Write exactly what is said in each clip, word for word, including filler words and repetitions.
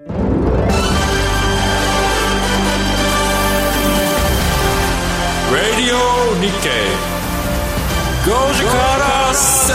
Radio Nikkeiごじから正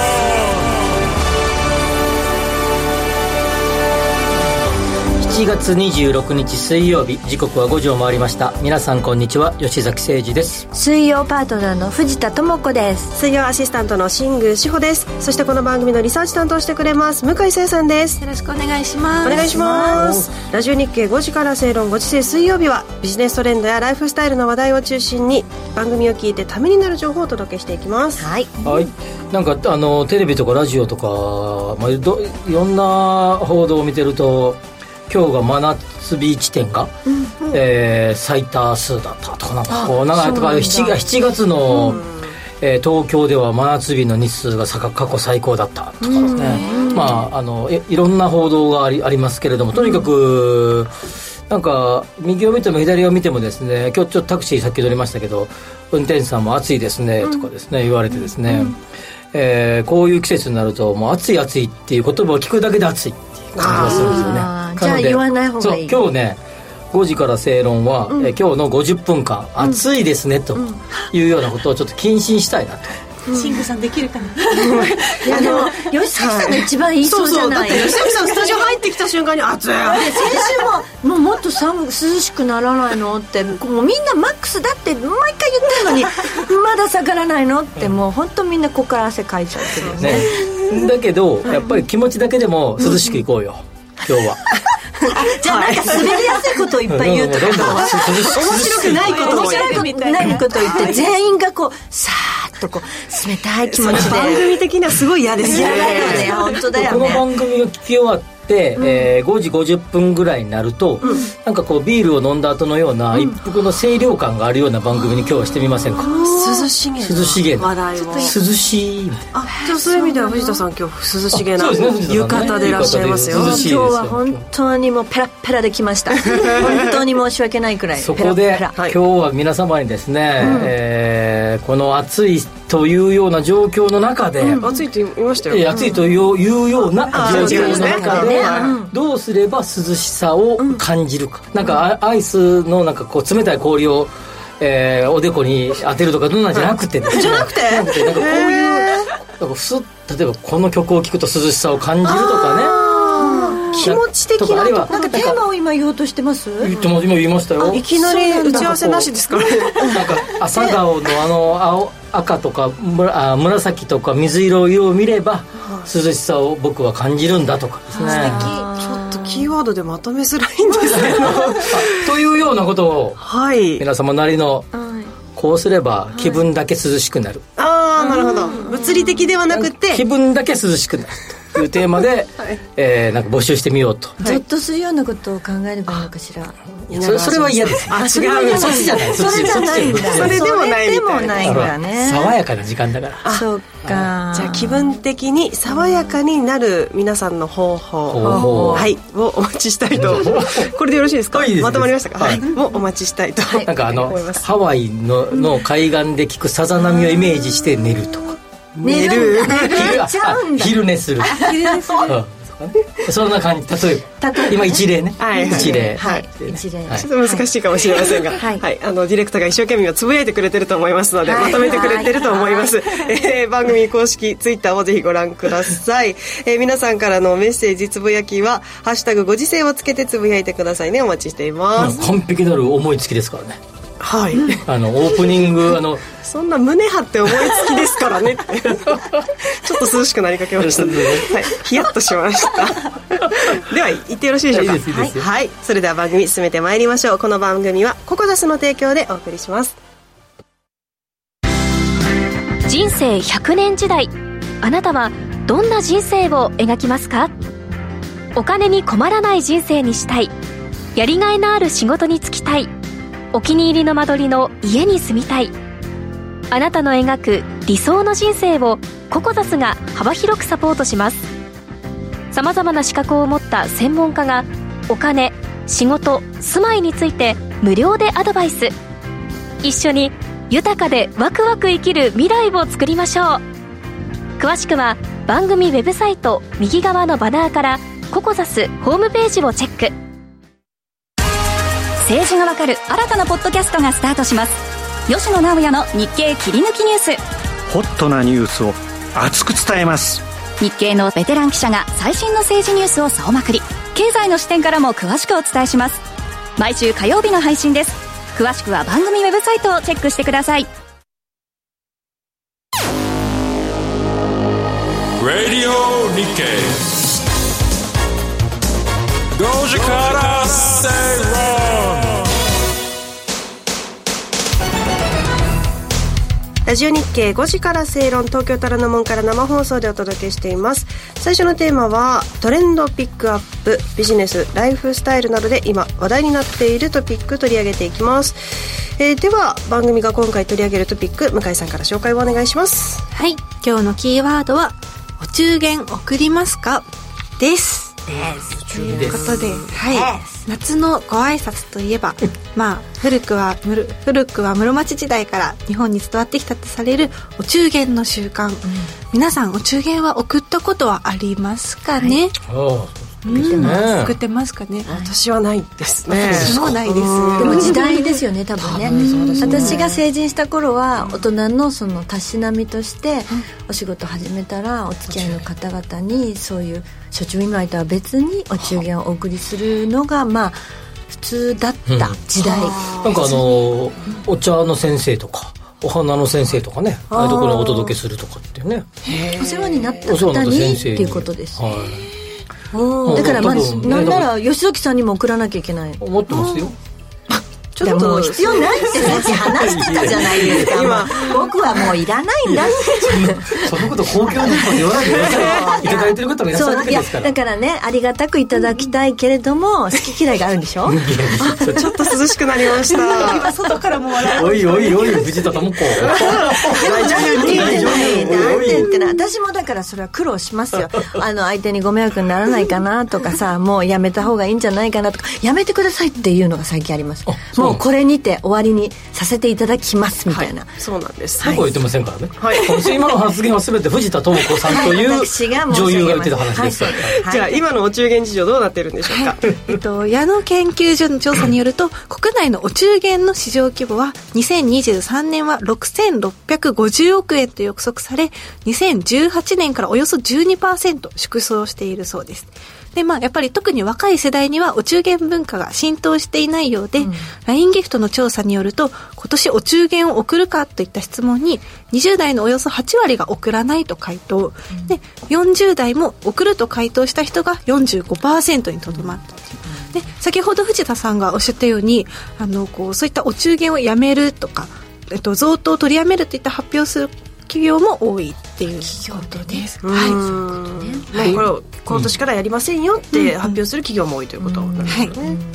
論。 しちがつにじゅうろくにち水曜日、時刻はごじを回りました。皆さんこんにちは、吉崎誠二です。 水曜パートナーの藤田智子です。 水曜アシスタントの新宮志保です。そしてこの番組のリサーチ担当してくれます向井聖さんです。 よろしくお願いします。 お願いします。ラジオ日経ごじから正論、ご時世水曜日はビジネストレンドやライフスタイルの話題を中心に番組を聞いてためになる情報をお届けしていきます。 はい、 はい、なんかあのテレビとかラジオとか、まあ、どいろんな報道を見てると、今日が真夏日地点が、うんうんえー、最多数だったとかなんかこうなんかとか 7, 7月の、うんえー、東京では真夏日の日数が過去最高だったとかですね、うんまあ、あの い, いろんな報道があ り, ありますけれども、とにかく、うん、なんか右を見ても左を見てもですね、今日ちょっとタクシーさっき乗りましたけど、運転手さんも暑いですねとかですね、うん、言われてですね、うんえー、こういう季節になるともう暑い暑いっていう言葉を聞くだけで暑いっていう感じがするんですよね。 じゃあ言わない方がいい。 そう今日ねごじから正論は、うん、え今日のごじゅっぷんかん、うん、暑いですねというようなことをちょっと謹慎したいなと、 うん、シングさんできるかな。 いやでも吉崎さんが一番言いそうじゃない。 そうそう、だって吉崎さんスタジオ入ってきた瞬間に暑い先週ももうもっと寒涼しくならないのってもうみんなマックスだって毎回言ってるのにまだ下がらないのってもう本当みんなここから汗かいちゃってるね。 ねだけどやっぱり気持ちだけでも涼しくいこうよ、うん、今日はじゃあなんか滑りやすいことをいっぱい言うとか、面白くないことを面白くないことを言って全員がこうさーっとこう冷たい気持ちで、 番組的にはすごい嫌ですよね。 本当だよね。 この番組を聞き終わって、うんえー、ごじごじゅっぷんぐらいになると、うん、なんかこうビールを飲んだ後のような一服の清涼感があるような番組に今日はしてみませんか。 涼しげな涼しげな話題を涼しいみたいな。 あ、じゃあそういう意味では藤田さん今日涼しげな浴衣でいらっしゃいますよ。 今日は本当にもうペラッペラで来ました。本当に申し訳ないくらいそこで今日は皆様にですね、うんえー、この暑いというような状況の中で、 うん、暑いと言いましたよ、 うん、暑いというような状況の中で、うん、どうすれば涼しさを感じるか、うん、なんかアイスのなんかこう冷たい氷を、えー、おでこに当てるとかどんなんじゃなくて、ね、 じゃなくてなんかこういう、えー、なんかふす例えばこの曲を聴くと涼しさを感じるとかね、 気持ち的なとなんかテーマを今言おうとしてます。 言っても今言いましたよ。 いきなり打ち合わせなしですからね。 なんか朝顔のあの青赤とかあ紫とか水色を見れば涼しさを僕は感じるんだとかですね。 ちょっとキーワードでまとめづらいんですけどというようなことを、 はい、 皆様なりのこうすれば気分だけ涼しくなる、 はい、ああなるほど。物理的ではなくて気分だけ涼しくなるというテーマで、はいえー、なんか募集してみようと。 ゾッとするようなことを考えればいいのかしら。 それ、それは嫌です。 あ、違う。 そっちじゃない。 それじゃないんだ。 それでもないみたいな。 それでもないんだね。 爽やかな時間だから。 そうか。 じゃあ気分的に爽やかになる皆さんの方法、はいをお待ちしたいと。これでよろしいですか。 いいです。 まとまりましたか。はい。もお待ちしたいと。 なんかあのハワイのの海岸で聞くさざ波をイメージして寝るとか。 寝る昼寝する昼寝する、うん、そんな感じ。例えば今一例ね、はい、一例、 はい、一例、 はい、ちょっと難しいかもしれませんが、はいはい、あのディレクターが一生懸命つぶやいてくれてると思いますので、はい、まとめてくれてると思います、はいえー、番組公式ツイッターをぜひご覧ください、えー、皆さんからのメッセージつぶやきはハッシュタグご時世をつけてつぶやいてくださいね。お待ちしています。 完璧なる思いつきですからね。 はい、 あのオープニングあのそんな胸張って思いつきですからねってちょっと涼しくなりかけました、はい、ヒヤッとしましたでは言ってよろしいでしょうか。 いいですいいですよ、 はい、それでは番組進めてまいりましょう。この番組はココザスの提供でお送りします。 人生ひゃくねん時代、あなたはどんな人生を描きますか？お金に困らない人生にしたい、やりがいのある仕事に就きたい、お気に入りの間取りの家に住みたい。あなたの描く理想の人生をココザスが幅広くサポートします。さまざまな資格を持った専門家がお金、仕事、住まいについて無料でアドバイス。一緒に豊かでワクワク生きる未来を作りましょう。詳しくは番組ウェブサイト右側のバナーからココザスホームページをチェック。 政治がわかる新たなポッドキャストがスタートします。吉野直也の日経切り抜きニュース。 ホットなニュースを熱く伝えます。 日経のベテラン記者が最新の政治ニュースを総まくり、経済の視点からも詳しくお伝えします。毎週火曜日の配信です。詳しくは番組ウェブサイトをチェックしてください。 Radio Nikkeiごじから正論。 ラジオ日経ごじから正論、東京虎ノ門から生放送でお届けしています。最初のテーマはトレンドピックアップ、ビジネス、ライフスタイルなどで今話題になっているトピック取り上げていきます。えー、では番組が今回取り上げるトピック、向井さんから紹介をお願いします。 はい、今日のキーワードはお中元送りますかですということで、はい、夏のご挨拶といえばまあ古くは古くは室町時代から日本に伝わってきたとされるお中元の習慣、うん、皆さんお中元は送ったことはありますかね。はい、うん、ね、送ってますかね。 私はないですね。 私もないです。でも時代ですよね、多分ね。私が成人した頃は大人のそのたしなみとしてお仕事始めたらお付き合いの方々にそういう初中見舞いとは別にお中元をお送りするのがまあ普通だった時代、うん、 なんかあのお茶の先生とかお花の先生とかね、ああいうところにお届けするとかっていうね、 お世話になった方にっていうことです、はい、だから、まあ、なんなら吉崎さんにも送らなきゃいけない。 思ってますよ。 ちょっと必要ないってさっき話してたじゃないですか。今僕はもういらないんだってそのこと公共のこと言わないでください。いただいてる方もいらっしゃるわけですから。 だからね、ありがたくいただきたいけれども好き嫌いがあるんでしょちょっと涼しくなりました。 今外からも笑う。 おいおいおい藤田智子大丈夫って言ってないなんて言ってない。私もだからそれは苦労しますよ。あの相手にご迷惑にならないかなとかさ、もうやめた方がいいんじゃないかなとか、やめてくださいっていうのが最近あります。もうこれにて終わりにさせていただきますみたいな、はい、 そうなんです。 僕は言ってませんからね、はい、今の発言は全て藤田智子さんという女優が言ってた話です、はいはい、じゃあ今のお中元事情どうなってるんでしょうか。はい、 えっと、矢野研究所の調査によると国内のお中元の市場規模はにせんにじゅうさんねんはろくせんろっぴゃくごじゅうおくえんと予測され、にせんじゅうはちねんからおよそ じゅうにパーセント 縮小しているそうです。で、まあ、やっぱり特に若い世代にはお中元文化が浸透していないようで、うん、ライン ギフトの調査によると、今年お中元を送るかといった質問ににじゅう代のおよそはちわりが送らないと回答、うん、でよんじゅう代も送ると回答した人が よんじゅうごパーセント にとどまった、うん、で先ほど藤田さんがおっしゃったように、あのこうそういったお中元をやめるとか、えっと、贈答を取りやめるといった発表する企業も多いっていうことです。はい、そういうことね。 はい、これを今年からやりませんよって発表する企業も多いということなんですね。はい、そうなんです。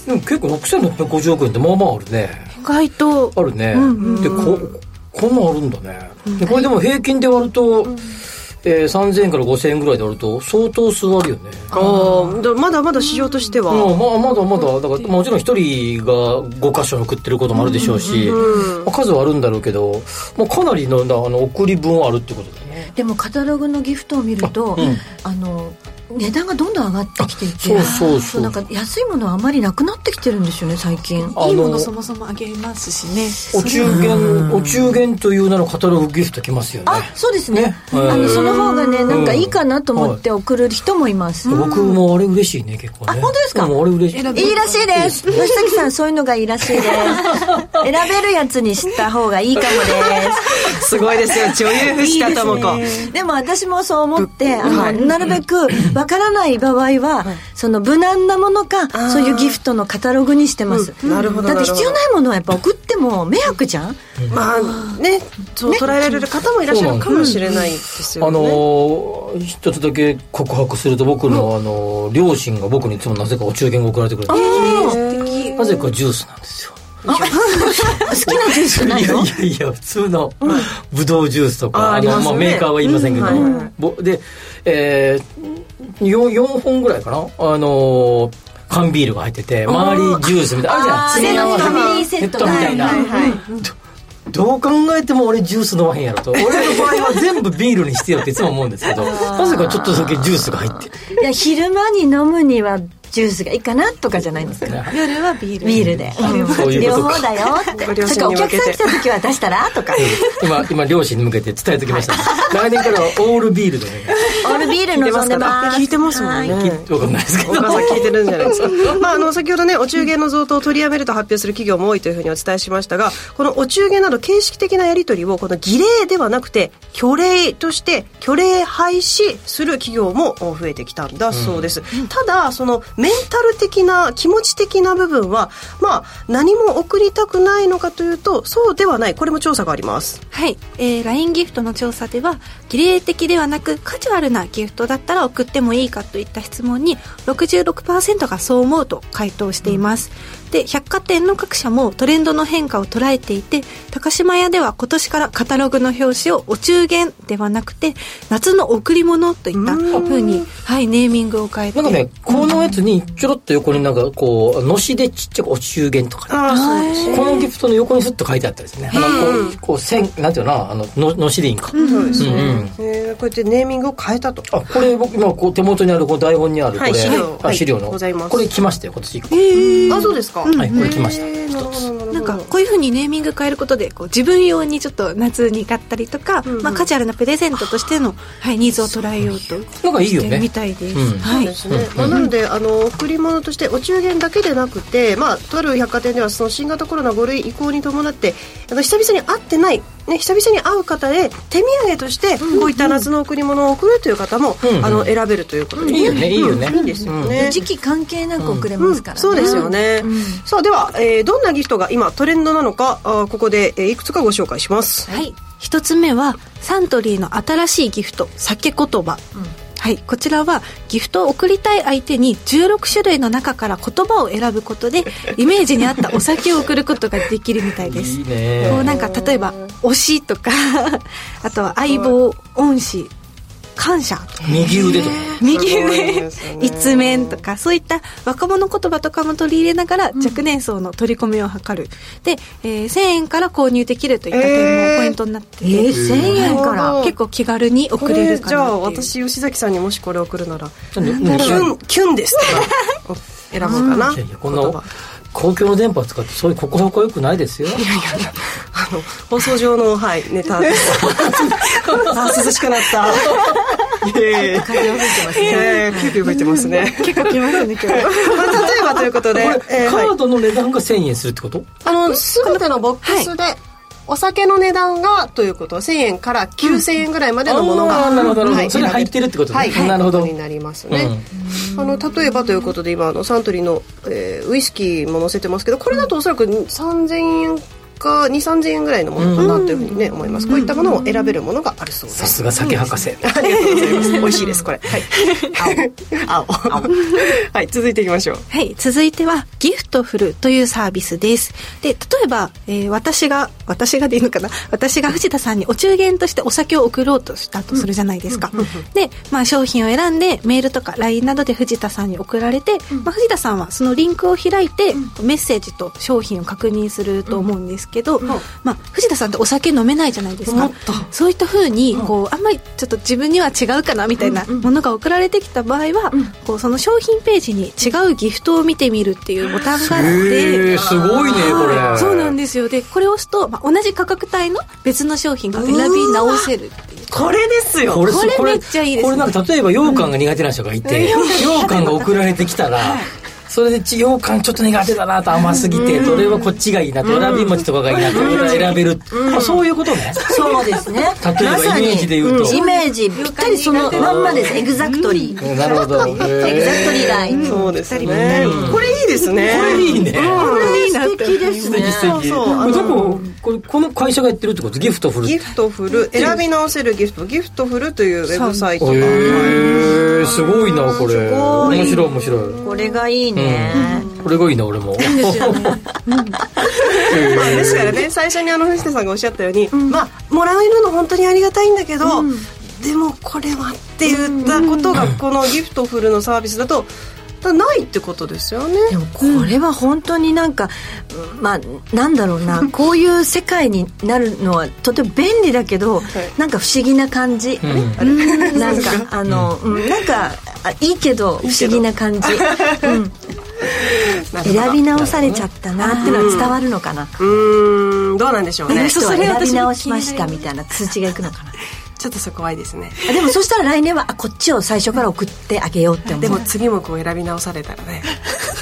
でも結構ろくせんろっぴゃくごじゅうおくえんってまあまああるね。 意外とあるね。うんうん、で こ, こんなんあるんだね。でこれでも平均で割ると、うん、えー、さんぜんえんからごせんえんぐらいで割ると相当数あるよね。 ああ、まだまだ市場としては、 うん、まあ、まだまだだからもちろん一人がご箇所送ってることもあるでしょうし、うんうん、まあ、数はあるんだろうけど、まあ、かなりの、あの送り分はあるってことだね。 でもカタログのギフトを見ると、あ、うん、あの値段がどんどん上がってきていて、 そうそうそう、 なんか安いものはあまりなくなってきてるんですよね最近。 いいものそもそもあげますしね。 お中元、お中元という名のカタログギフトきますよね。 あ、そうですね、ね、あのその方がね、なんかいいかなと思って送る人もいます、 うん、僕もあれ嬉しいね結構ね。 あ、本当ですか。 あれ嬉しい、 いいらしいです。吉崎さんそういうのがいいらしいです選べるやつにした方がいいかもですすごいですよ、女優藤田智子。 いいですね。でも私もそう思ってあの、はい、なるべくわからない場合は、はい、その無難なものかそういうギフトのカタログにしてます、うん、 なるほど。 だって必要ないものはやっぱ送っても迷惑じゃん、 うん、まあね、そう捉えられる方もいらっしゃるかもしれないですよね。 あのー、一つだけ告白すると僕の、あのー、両親が僕にいつもなぜかお中元が送られてくれて、なぜかジュースなんですよ。 好きなジュースないの？ いやいや普通のブドウジュースとか、うん、ああの、まあ、メーカーは言いませんけど、うんはい、で、えー、よ, よんほんぐらいかな、あのー、缶ビールが入ってて周りジュースみたいなあるじゃん、 セットファミリーセットみたいな、はいはいはい、 どう考えても俺ジュース飲まへんやろと。俺の場合は全部ビールにしてよっていつも思うんですけど、なぜかちょっとだけジュースが入ってる。 いや、昼間に飲むにはジュースがいいかなとかじゃないんですか、ね、 夜はビールビールで、うん、 そういうことか。 両方だよって。それからお客さん来た時は出したらとか、 うん、今今両親に向けて伝えておきました、ね、はい、来年からはオールビールでね。 オールビール望んでます。 聞いてますもんね。 分かんないですけど、 お母さん聞いてるんじゃないですか。まあ、あの先ほどね、お中元の贈答を取りやめると発表する企業も多いというふうにお伝えしましたが、このお中元など形式的なやり取りをこの儀礼ではなくて虚礼として虚礼廃止する企業も増えてきたんだそうです、うん、ただそのメンタル的な気持ち的な部分は、まあ、何も送りたくないのかというとそうではない。これも調査があります。 はい、えー、ライン ギフトの調査では儀礼的ではなくカジュアルなギフトだったら送ってもいいかといった質問に ろくじゅうろくパーセント がそう思うと回答しています、うん、で百貨店の各社もトレンドの変化を捉えていて、高島屋では今年からカタログの表紙をお中元ではなくて夏の贈り物といった風に、はい、ネーミングを変えて、 なんかね、このやつにちょろっと横になんかこうのしでちっちゃくお中元とか、ね、あそうですね、このギフトの横にスッと書いてあったですね。あのこうこう線なんていうのかな、あのののしでいいんか、うん、そうですね、うんうん、 えー、こうやってネーミングを変えたと。 あ、これ僕今こう手元にあるこう台本にあるこれ、はい、資料、あ、資料の、 はい、 これ来ましたよ今年。 えー、あ、そうですか、 はい、これ来ました。 なんかこういう風にネーミング変えることでこう自分用にちょっと夏に買ったりとか、うんうん、まあ、カジュアルなプレゼントとしての、はい、ニーズを捉えようとなんかいいよねみたいです、 うん、 はい、 そうですね、まあ、なのであの贈り物としてお中元だけでなくて、まあ、とある百貨店ではその新型コロナご類移行に伴ってあの久々に会ってない、ね、久々に会う方で手土産としてこういった夏の贈り物を贈るという方も、うんうん、あの選べるということで、ね、 いいよね、いいよね、 うん、いいですよね、 うん、時期関係なく贈れますからね、 うんうん、そうですよね、うん、さあでは、えー、どんなギフトが今トレンドなのか、あここで、えー、いくつかご紹介します。 はい、一つ目はサントリーの新しいギフト酒言葉、うん、はい、こちらはギフトを贈りたい相手にじゅうろくしゅるいの中から言葉を選ぶことでイメージに合ったお酒を贈ることができるみたいです。 いいね。 こうなんか例えば推しとかあとは相棒、恩師、感謝、 右腕とか右腕、一面とかそういった若者言葉とかも取り入れながら若年層の取り込みを図る、で、えー、せんえんから購入できるといった点もポイントになってて、 えー、せんえんから結構気軽に送れるかなっていう。 じゃあ私吉崎さんにもしこれ送るならキュン、キュンですとか選ぼうかな。 いやいや、この公共の電波を使ってそういうここほこよくないですよ。いやいや、 あの放送上の、はい、ネタですあ、涼しくなった風が吹いてますね。 キューキュー吹いてますね。 結構来ますね今日。まあ、 例えばということで、 えー、カードの値段がせんえんするってこと？ あの全てのボックスで、はい、お酒の値段がということはせんえんからきゅうせんえんぐらいまでのものが、 うん、なるほど、 はい、 それ入ってるってことね。 はい、 なるほどになりますね、うん、あの例えばということで今のサントリーの、えー、ウイスキーも載せてますけど、これだとおそらくさんぜんえんかにせんさんぜんえんぐらいのものかなというふうにね、うん、思います。こういったものを選べるものがあるそうです。 さすが酒博士、うん、 ありがとうございます。美味しいですこれ。はい。青青青はい、続いていきましょう。 はい、続いてはギフトフルというサービスです。で、例えば、えー、私が私がでいいのかな、私が藤田さんにお中元としてお酒を送ろうとしたとするじゃないですか、うん、で、まあ、商品を選んでメールとか ライン などで藤田さんに送られて、うん、まあ、藤田さんはそのリンクを開いて、うん、メッセージと商品を確認すると思うんですけど、うん、まあ、藤田さんってお酒飲めないじゃないですか。そういった風にこうあんまりちょっと自分には違うかなみたいなものが送られてきた場合は、うん、こうその商品ページに違うギフトを見てみるっていうボタンがあって、 すごいねこれ。 そうなんですよ。でこれを押すと、まあ、同じ価格帯の別の商品が選び直せるっていう。 これですよ。 これ、これめっちゃいいですね。 これなんか例えば羊羹が苦手な人がいて、羊羹が送られてきたら、はい、それで羊羹ちょっと苦手だなと、甘すぎてどれはこっちがいいなと、わらび餅とかがいいなと選べる、うん、あ、そういうことね。 そうですね。 例えばイメージで言うと、 イメージぴったりそのまんまです。エグザクトリー、 うん、なるほど、 エグザクトリーライン、 そうですね、うん、これいいですね。 これいいね、 これいいなって。素敵ですね。 そうそう、あのこれこの会社がやってるってこと？ギフトフル、 ギフトフル、選び直せるギフト、ギフトフルというウェブサイトが、へー、すごいなこれ。面白い面白い。 これがいいね、 うん、これがいいな俺も。 ですよね、まあ、ですからね、最初にあの藤田さんがおっしゃったように、うん、まあもらえるの本当にありがたいんだけど、うん、でもこれはって言ったことがこのギフトフルのサービスだとだないってことですよね。 でもこれは本当になんか、うん、まあなんだろうなこういう世界になるのはとても便利だけど、はい、なんか不思議な感じ、うん、なんかあの、うん、なんかいいけど不思議な感じ、うん、選び直されちゃったなっていうのは伝わるのかな。 うーんどうなんでしょうね。 人は選び直しましたみたいな通知がいくのかな。 ちょっとそこはいいですね。 でもそしたら来年はあこっちを最初から送ってあげようって思う。 でも次もこう選び直されたらね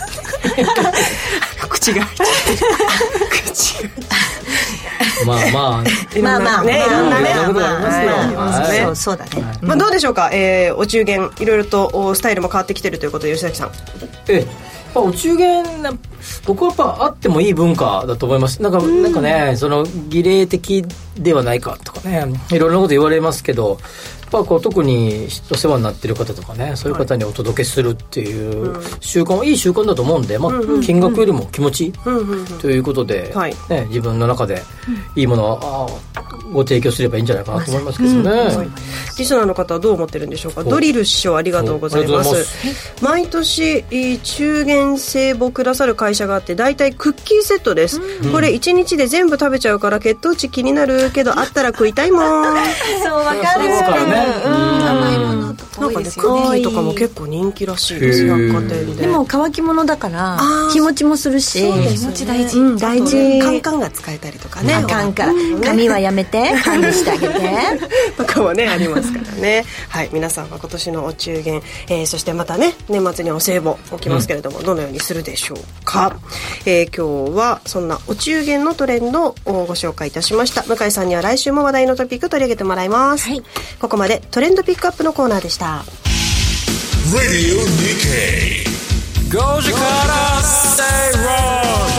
口が入っちゃって口がまあまあまあまあねいろんなねそうそうだね、 まあ、どうでしょうか、えー、お中元いろいろとスタイルも変わってきてるということで吉崎さん。 ええお中元僕はやっぱあってもいい文化だと思います。なんか、うん、なんかねその儀礼的ではないかとかねいろんなこと言われますけどやっぱこう特にお世話になってる方とかねそういう方にお届けするっていう習慣はいい習慣だと思うんで、まあ、金額よりも気持ちということで、ね、自分の中でいいものをご提供すればいいんじゃないかなと思いますけどね、うんはい、 リスナーの方はどう思ってるんでしょうか。ドリル師匠ありがとうございます。毎年中元聖母くださる会社があってだいたいクッキーセットです、うん、これいちにちで全部食べちゃうから血糖値気になるけどあったら食いたいもんそうわかる甘いものと多いですよね。 クッキーとかも結構人気らしいです百貨店で。 でも乾き物だから日持ちもするし気持ち大事、 うん、大事。 カンカンが使えたりとかね。 カンカン紙はやめて管理してあげてとかもねありますからねはい皆さんは今年のお中元、えー、そしてまたね年末にはお歳暮起きますけれども、うん、どのようにするでしょうか。えー、今日はそんなお中元のトレンドをご紹介いたしました。向井さんには来週も話題のトピック取り上げてもらいます、はい、ここまでトレンドピックアップのコーナーでした。 Radio Nikkei ごじから Stay Wrong。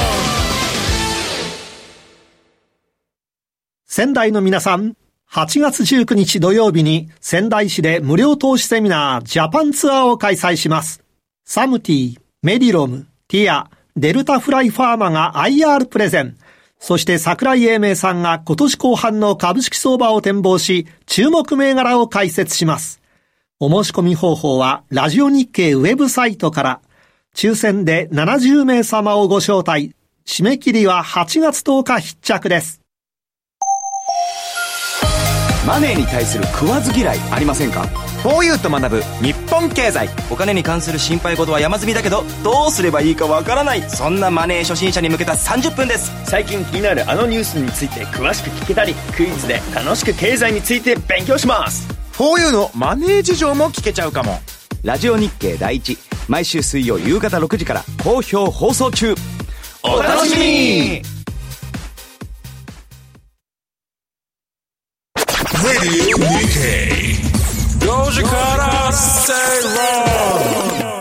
仙台の皆さん、はちがつじゅうくにち土曜日に仙台市で無料投資セミナージャパンツアーを開催します。サムティ、メディロム、ティア、デルタフライファーマが アイアール プレゼン。そして桜井英明さんが今年後半の株式相場を展望し、注目銘柄を解説します。お申し込み方法はラジオ日経ウェブサイトから。抽選でななじゅうめいさまをご招待。締め切りははちがつとおか必着です。 マネーに対する食わず嫌いありませんか？ フォーユー と学ぶ日本経済。お金に関する心配事は山積みだけどどうすればいいかわからない、そんなマネー初心者に向けたさんじゅっぷんです。 最近気になるあのニュースについて詳しく聞けたり、クイズで楽しく経済について勉強します。 フォーユー のマネー事情も聞けちゃうかも。ラジオ日経第一、毎週水曜夕方ろくじから好評放送中。 お楽しみに。Radio Nikkei ごじから Stay Wrong。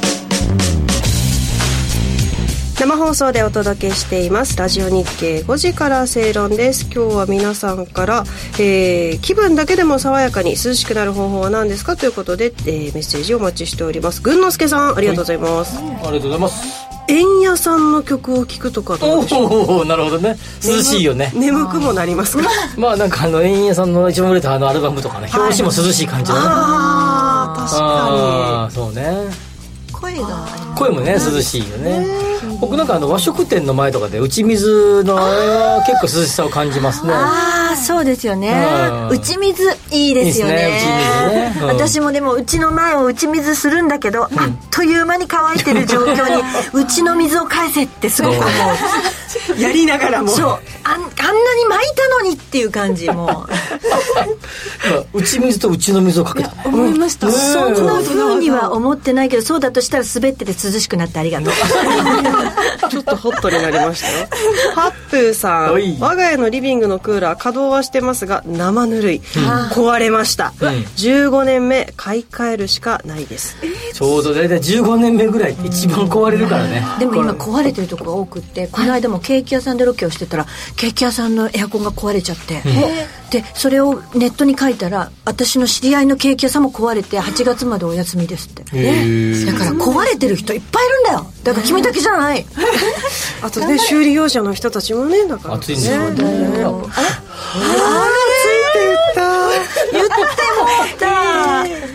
生放送でお届けしていますラジオ日経ごじから正論です。今日は皆さんから、えー、気分だけでも爽やかに涼しくなる方法は何ですかということで、えー、メッセージをお待ちしております。群之介さんありがとうございます、 はい、ありがとうございます。 円屋さんの曲を聴くとかどうでしょう。 おなるほどね。涼しいよね。 眠くもなりますか。 まあなんかあの円屋さんの一番売れたあのアルバムとかね、表紙も涼しい感じだね。 ああ確かに。 あそうね。 声が声もね涼しいよね。僕なんかあの和食店の前とかで打ち水の結構涼しさを感じますね。 ああそうですよね。打ち水いいですよね。 いいですね、打ち水ね、うん、 私もでもうちの前を打ち水するんだけど、うん、あっという間に乾いてる状況にうちの水を返せってすごく思う。 やりながらもそうあ ん, あんなに巻いたのにっていう感じも打ち水とうちの水をかけた、ね、 思いました。そんな風には思ってないけど、そうだとしたら滑ってて涼しくなってありがとう。 ちょっとホットになりましたよ。ハップーさん、我が家のリビングのクーラー稼働はしてますが生ぬるい、うん、壊れました、うん、じゅうごねんめ買い替えるしかないです、えー、 ちょうど大体じゅうごねんめぐらいって一番壊れるからね、 うん、でも今壊れてるところが多くって、この間もケーキ屋さんでロケをしてたらケーキ屋さんのエアコンが壊れちゃって、うん、でそれをネットに書いたら私の知り合いのケーキ屋さんも壊れてはちがつまでお休みですって、ね、だから壊れてる人いっぱいいるんだよ。だから君だけじゃない。 あとね修理業者の人たちもねだからね。 暑いんですよね。 あれあついてた言ってもった。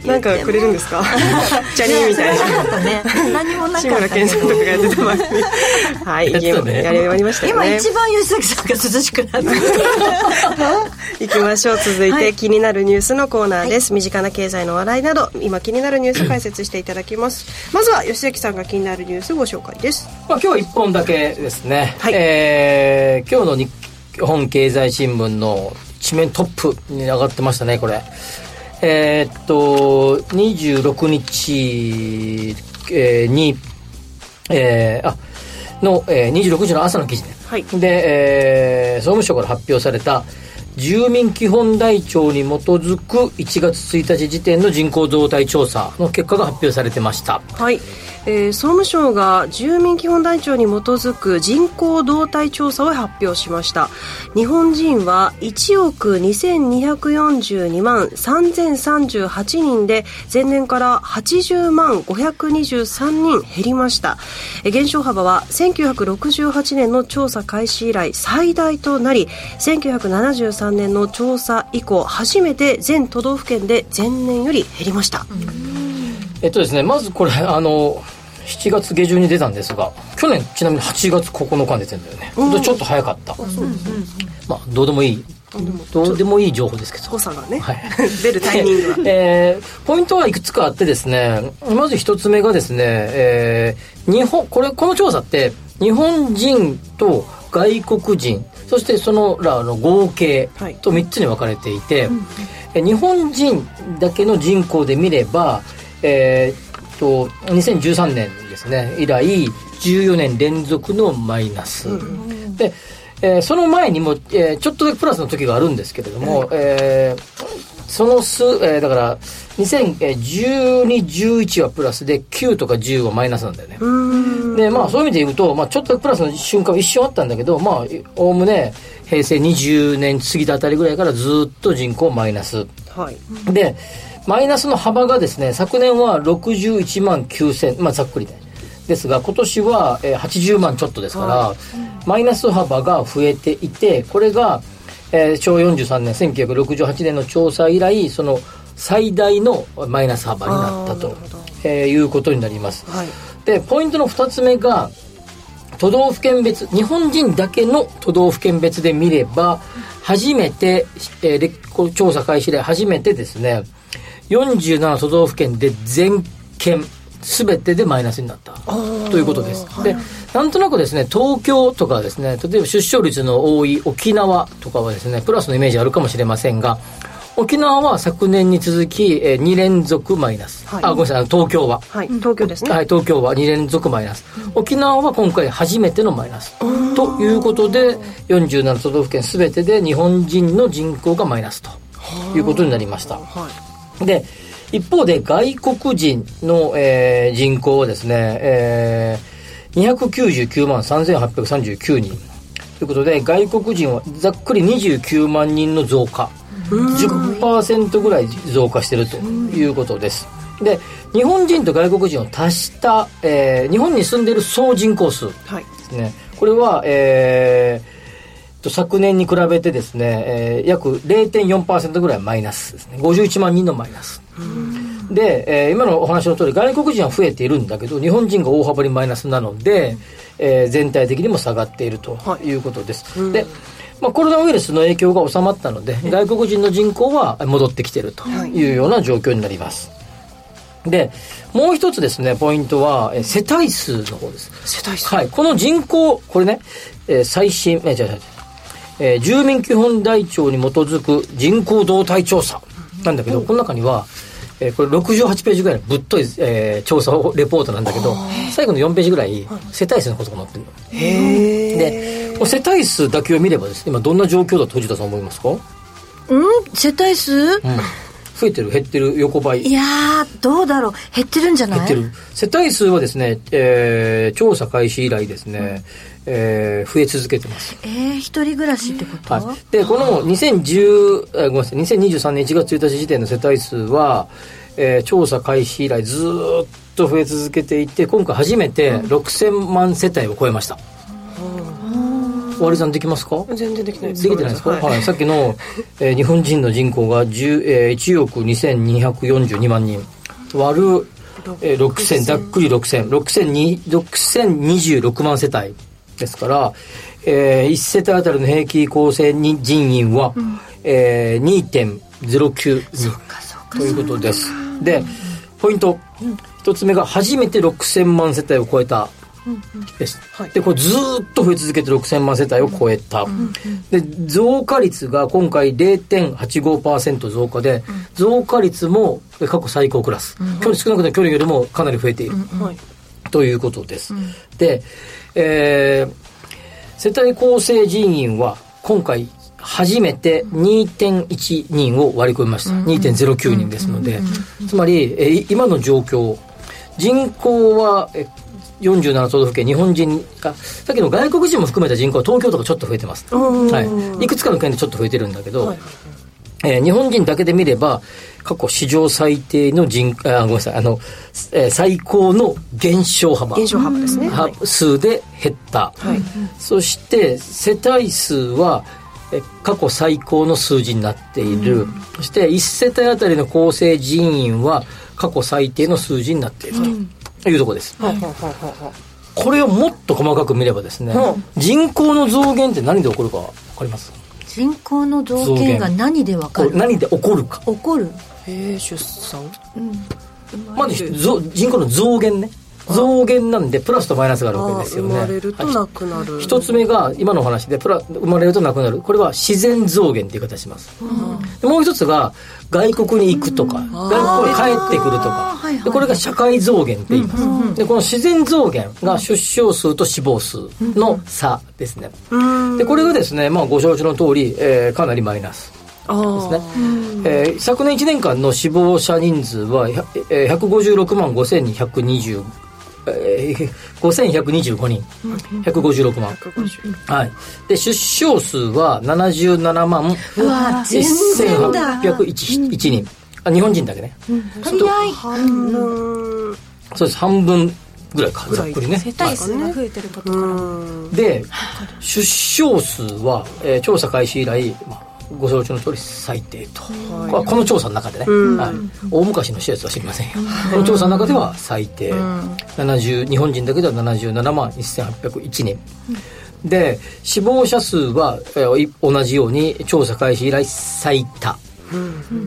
なんかくれるんですかチャリーみたいな、 ね、何もなかった志村けんさんとかがやってた番組はいやり、ね、やり終わりましたよね。 今一番吉崎さんが涼しくなって行きましょう。続いて、はい、気になるニュースのコーナーです、はい、身近な経済の話題など今気になるニュースを解説していただきますまずは吉崎さんが気になるニュースをご紹介です。 まあ、今日はいっぽんだけですね、はい、えー、今日の日本経済新聞の一面トップに上がってましたね。これえー、っとにじゅうろくにち、えー、に、えー、あの、えー、にじゅうろくにちの朝の記事ね、はい、で、えー、総務省から発表された住民基本台帳に基づくいちがつついたち時点の人口動態調査の結果が発表されてました。 はい、えー、総務省が住民基本台帳に基づく人口動態調査を発表しました。日本人はいちおくにせんにひゃくよんじゅうにまんさんぜんさんじゅうはちにんで前年からはちじゅうまんごひゃくにじゅうさんにん減りました。えー、減少幅はせんきゅうひゃくろくじゅうはちねんの調査開始以来最大となり、せんきゅうひゃくななじゅうさんねんの調査以降初めて全都道府県で前年より減りました。 えっとですね、まずこれあのしちがつげじゅんに出たんですが、去年ちなみにはちがつここのかに出てるんだよね、うん、ちょっと早かった、うんうん、まあどうでもいいどうでもいい情報ですけど、 誤差がね、はい、出るタイミングは、 えー、ポイントはいくつかあってですね、まず一つ目がですね、えー、日本これこの調査って日本人と外国人そしてそのらの合計とみっつに分かれていて、はい、うん、日本人だけの人口で見れば、えー、とにせんじゅうさんねんですね以来じゅうよねん連続のマイナス、うん、で、えー、その前にも、えー、ちょっとだけプラスの時があるんですけれども、はい、えー、その数、えー、だからにせんじゅうに、じゅういちはプラスできゅうとかじゅうはマイナスなんだよね。で、まあそういう意味で言うと、まあちょっとプラスの瞬間は一瞬あったんだけど、まあおおむね平成にじゅうねん過ぎたあたりぐらいからずっと人口マイナス。はい。で、マイナスの幅がですね、昨年はろくじゅういちまんきゅうせん、まあざっくりで。ですが今年ははちじゅうまんちょっとですから、はい、マイナス幅が増えていて、これが、えー、ちょうよんじゅうさんねんせんきゅうひゃくろくじゅうはちねんの調査以来その最大のマイナス幅になったと、えー、いうことになります、はい、でポイントのふたつめが都道府県別、日本人だけの都道府県別で見れば初めて、えー、調査開始で初めてですねよんじゅうなな都道府県で全県全てでマイナスになったということです。で、なんとなくですね、東京とかですね、例えば出生率の多い沖縄とかはですね、プラスのイメージあるかもしれませんが、沖縄は昨年に続き、えー、にれんぞくマイナス、はい、あごめんなさい東京は、 はい、東京ですね、 はい、東京はにれんぞくマイナス、うん、沖縄は今回初めてのマイナスということでよんじゅうなな都道府県全てで日本人の人口がマイナスということになりました。はい、で一方で外国人の、えー、人口はですね、えー、にひゃくきゅうじゅうきゅうまんさんぜんはっぴゃくさんじゅうきゅうにんということで、外国人はざっくりにじゅうきゅうまんにんの増加、じゅっパーセント ぐらい増加しているということです。で、日本人と外国人を足した、えー、日本に住んでいる総人口数ですね、はい、これは、えー昨年に比べてですね、えー、約 れいてんよんパーセント ぐらいマイナスですね。ごじゅういちまんにんのマイナスで、えー、今のお話の通り外国人は増えているんだけど日本人が大幅にマイナスなので、えー、全体的にも下がっているということです、はい、で、まあ、コロナウイルスの影響が収まったので外国人の人口は戻ってきているというような状況になります。でもう一つですねポイントはえ世帯数の方です。 世帯数、 はい、この人口これね、えー、最新えー、違う違うえー、住民基本台帳に基づく人口動態調査なんだけど、うん、この中には、えー、これろくじゅうはちページぐらいのぶっとい、えー、調査レポートなんだけど最後のよんページぐらい世帯数のことが載ってるの。へー。で世帯数だけを見ればですね今どんな状況だと藤田さん思いますか？ うん世帯数、うん、 増えてる減ってる横ばい。 いやーどうだろう減ってるんじゃない？ 減ってる。世帯数はですね、えー、調査開始以来ですね、うんえー、増え続けてます。 えー、一人暮らしってこと？ はい、でこのにせんじゅう、えー、ごめんなさいにせんにじゅうさんねんいちがつついたち時点の世帯数は、えー、調査開始以来ずーっと増え続けていて今回初めてろくせんまん世帯を超えました。 割り算できますか？ 全然できないです。 できてないですか？ はい、 はい、さっきの、えー、日本人の人口がじゅう、えー、いちおくにせんにひゃくよんじゅうにまんにん割る、えー、ろくせん、ざっくりろくせん、ろくせんにじゅうろくまん世帯ですから、えー、いち世帯あたりの平均構成人員は、うん、えー、にてんゼロきゅうにんということです。で、ポイント、うん、一つ目が初めてろくせんまん世帯を超えたです、うんうん、はい、でこれずーっと増え続けてろくせんまん世帯を超えた、うんうん、で増加率が今回 れいてんはちごパーセント 増加で、うん、増加率も過去最高クラス、うん、去年少なくとも去年よりもかなり増えている、うんうん、ということです、うん、で、えー、世帯構成人員は今回初めて にてんいちにんを割り込みました、うんうん、にてんゼロきゅうにんですので、うんうんうん、つまり、えー、今の状況人口はえよんじゅうなな都道府県日本人あさっきの外国人も含めた人口は東京とかちょっと増えてます、はい、いくつかの県でちょっと増えてるんだけど、はい、えー、日本人だけで見れば過去史上最低の人あごめんなさいあの、えー、最高の減少幅減少幅ですね、 はい、数で減った、はい、そして世帯数はえ過去最高の数字になっている、うん、そしていち世帯あたりの構成人員は過去最低の数字になっていると、うんいうところです、はい、これをもっと細かく見ればですね、うん、人口の増減って何で起こるか分かります？ 人口の増減が何で分かる？ 何で起こるか。 起こる、 へえ、出産、うん、 まず人口の増減ね、増減なんでプラスとマイナスがあるわけですよね。 生まれるとなくなる。 一つ目が今の話でプラ生まれるとなくなる、これは自然増減っていう言い方します、うん、でもう一つが外国に行くとか、うん、外国に帰ってくるとか、でこれが社会増減って言います、うん、でこの自然増減が出生数と死亡数の差ですね、うん、でこれがですね、まあ、ご承知の通り、えー、かなりマイナスですね、えー、昨年いちねんかんの死亡者人数はひゃくごじゅうろくまんごせんひゃくにじゅうえー、ごせんひゃくにじゅうごにん、ひゃくごじゅうろくまん、はい、で出生数はななじゅうななまんせんはっぴゃくいちにん、あ日本人だけね、うん、 足りない半分、そうです、半分ぐらいか、ざっくりね、 世帯数が増えてることから、 で出生数は、えー、調査開始以来、まあご承知の通り最低と、はい、この調査の中でね、うん、はい、大昔の施設は知りませんよ、うん、この調査の中では最低、うん、ななじゅう日本人だけではななじゅうななまんせんはっぴゃくいちにん、うん、で死亡者数は、えー、同じように調査開始以来最多、うん、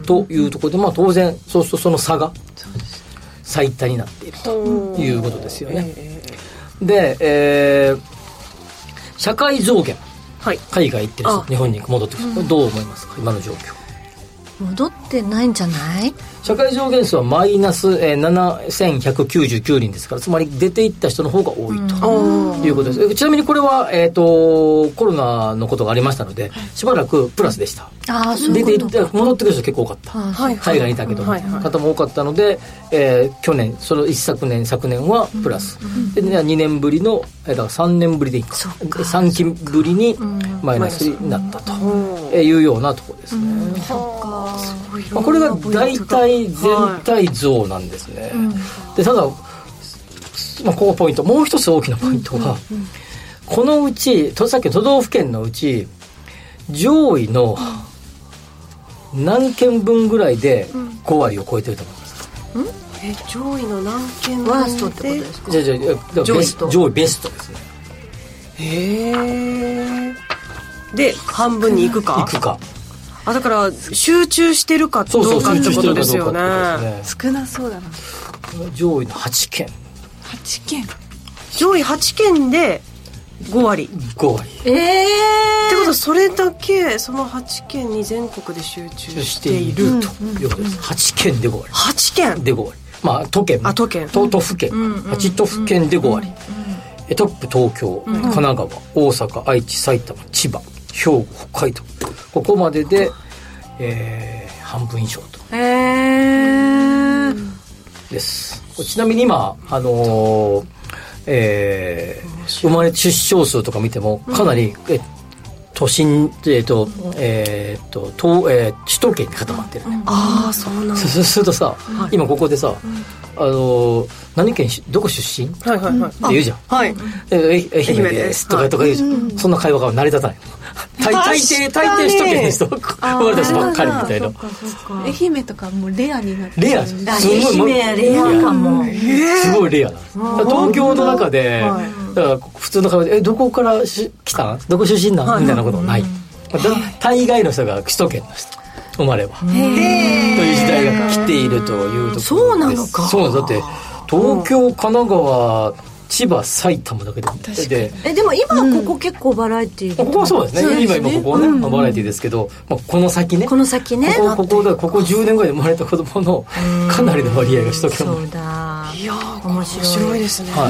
というところで、まあ、当然そうするとその差が最多になっているということですよね、うん、で、えー、社会増減、はい、海外行ってる人日本に戻ってくる、うん、どう思いますか今の状況？ 戻ってないんじゃない？ 社会増減数はマイナス、えー、ななせんひゃくきゅうじゅうきゅうにんですから、つまり出ていった人の方が多いということです。ちなみにこれは、えー、とコロナのことがありましたのでしばらくプラスでした。 あそう出ていった戻ってくる人結構多かった、はい、海外にいたけど、はいはい、方も多かったので、えー、去年その一昨年昨年はプラス、うん、でにねんぶりのだからさんねんぶりでいいかさんきぶりにマイナスになったというようなところですね、うん、そうか、まあ、これが大体全体像なんですね、はい、でただ、まあ、ここポイントもう一つ大きなポイントは、うんうん、このうちさっきの都道府県のうち上位の何県分ぐらいでごわりを超えてると思いますか？ うん、え上位の何県分でワーストってことですか？ じゃじゃ上位上位ベストですね。 へえ。で半分に行くか行くか。 あだから集中してるかどうかってことですよね。 少なそうだな。 上位のはちけん。はちけん。 上位はちけんでごわり。 ごわり。 ええー。ってことはそれだけそのはちけんに全国で集中しているということです。はちけんでごわり。 はちけんでごわり。まあ都県。 あ都県。 都都府県。はち都府県でごわり。トップ東京、神奈川、大阪、愛知、埼玉、千葉、兵庫、北海道。ここまでで、えー、半分以上と。 へー。 です。ちなみに今あのー、えー、生まれ出生数とか見てもかなり、うん、え都心えっ、ー、とえっ、ー、と東、えー、首都圏に固まってるね。 ああそうなんだ。 そうするとさ、はい、今ここでさ、 あの何県どこ出身、はいはいはい、って言うじゃん、はい、え愛媛ですとかとか言うじゃん、はい、そんな会話が成り立たない大大抵大抵首都圏の人生まれた人ばっかりみたいな。 愛媛とかもうレアになってレアすごい愛媛レアかもすごいレアなんです。東京の中で、はい、だから普通の会話でえどこから来たんどこ出身なん、はい、みたいなこともない、大概の人が首都圏の人生まればという時代が来ているというところです。 そうなのか。 そうだって東京、神奈川、千葉、埼玉だけででえでも今ここ結構バラエティー、 うん、ここはそうですね、うん、今今ここはね、うん、バラエティーですけど、まあ、この先ねこの先ねここここだここじゅうねんぐらいで生まれた子供のかなりの割合が首都圏。 そうだいや面白い、面白いですね、 はい、